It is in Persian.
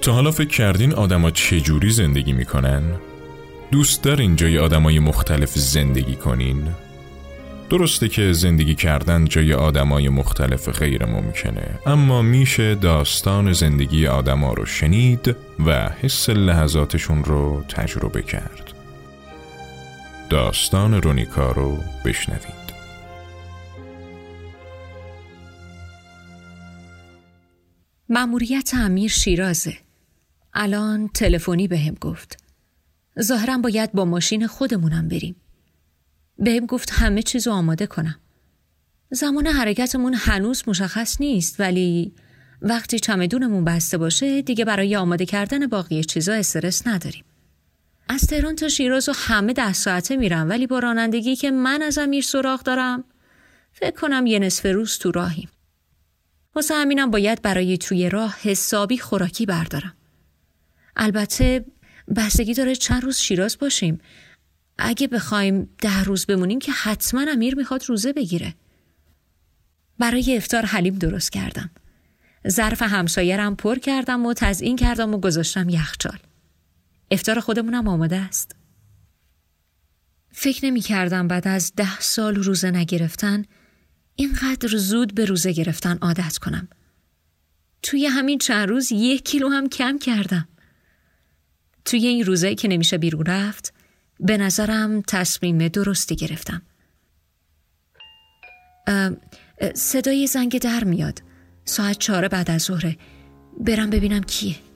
تا حالا فکر کردین آدما چجوری زندگی میکنن؟ دوست دارین جای آدمای مختلف زندگی کنین؟ درسته که زندگی کردن جای آدمای مختلف غیر ممکنه، اما میشه داستان زندگی آدما رو شنید و حس لحظاتشون رو تجربه کرد. داستان رونیکا رو بشنوید. مأموریت امیر شیرازه. الان تلفنی بهم گفت. ظاهراً باید با ماشین خودمونم بریم. بهم گفت همه چیزو آماده کنم. زمان حرکتمون هنوز مشخص نیست، ولی وقتی چمدونمون بسته باشه دیگه برای آماده کردن باقی چیزا استرس نداریم. از تهران تا شیراز و همه 10 ساعته میرم، ولی با رانندگی که من از امیر سراغ دارم فکر کنم یه نصف روز تو راهیم. واسه همینم باید برای توی راه حسابی خوراکی بردارم. البته بستگی داره چند روز شیراز باشیم. اگه بخوایم 10 روز بمونیم که حتما امیر میخواد روزه بگیره. برای افطار حلیم درست کردم. ظرف همسایه‌رم پر کردم و تزیین کردم و گذاشتم یخچال. افطار خودمونم آماده است. فکر نمی کردم بعد از 10 سال روزه نگرفتن اینقدر زود به روزه گرفتن عادت کنم. توی همین چند روز 1 کیلو هم کم کردم. توی این روزایی که نمیشه بیرون رفت به نظرم تصمیم درستی گرفتم. صدای زنگ در میاد. ساعت 4 بعد از ظهر. برم ببینم کیه.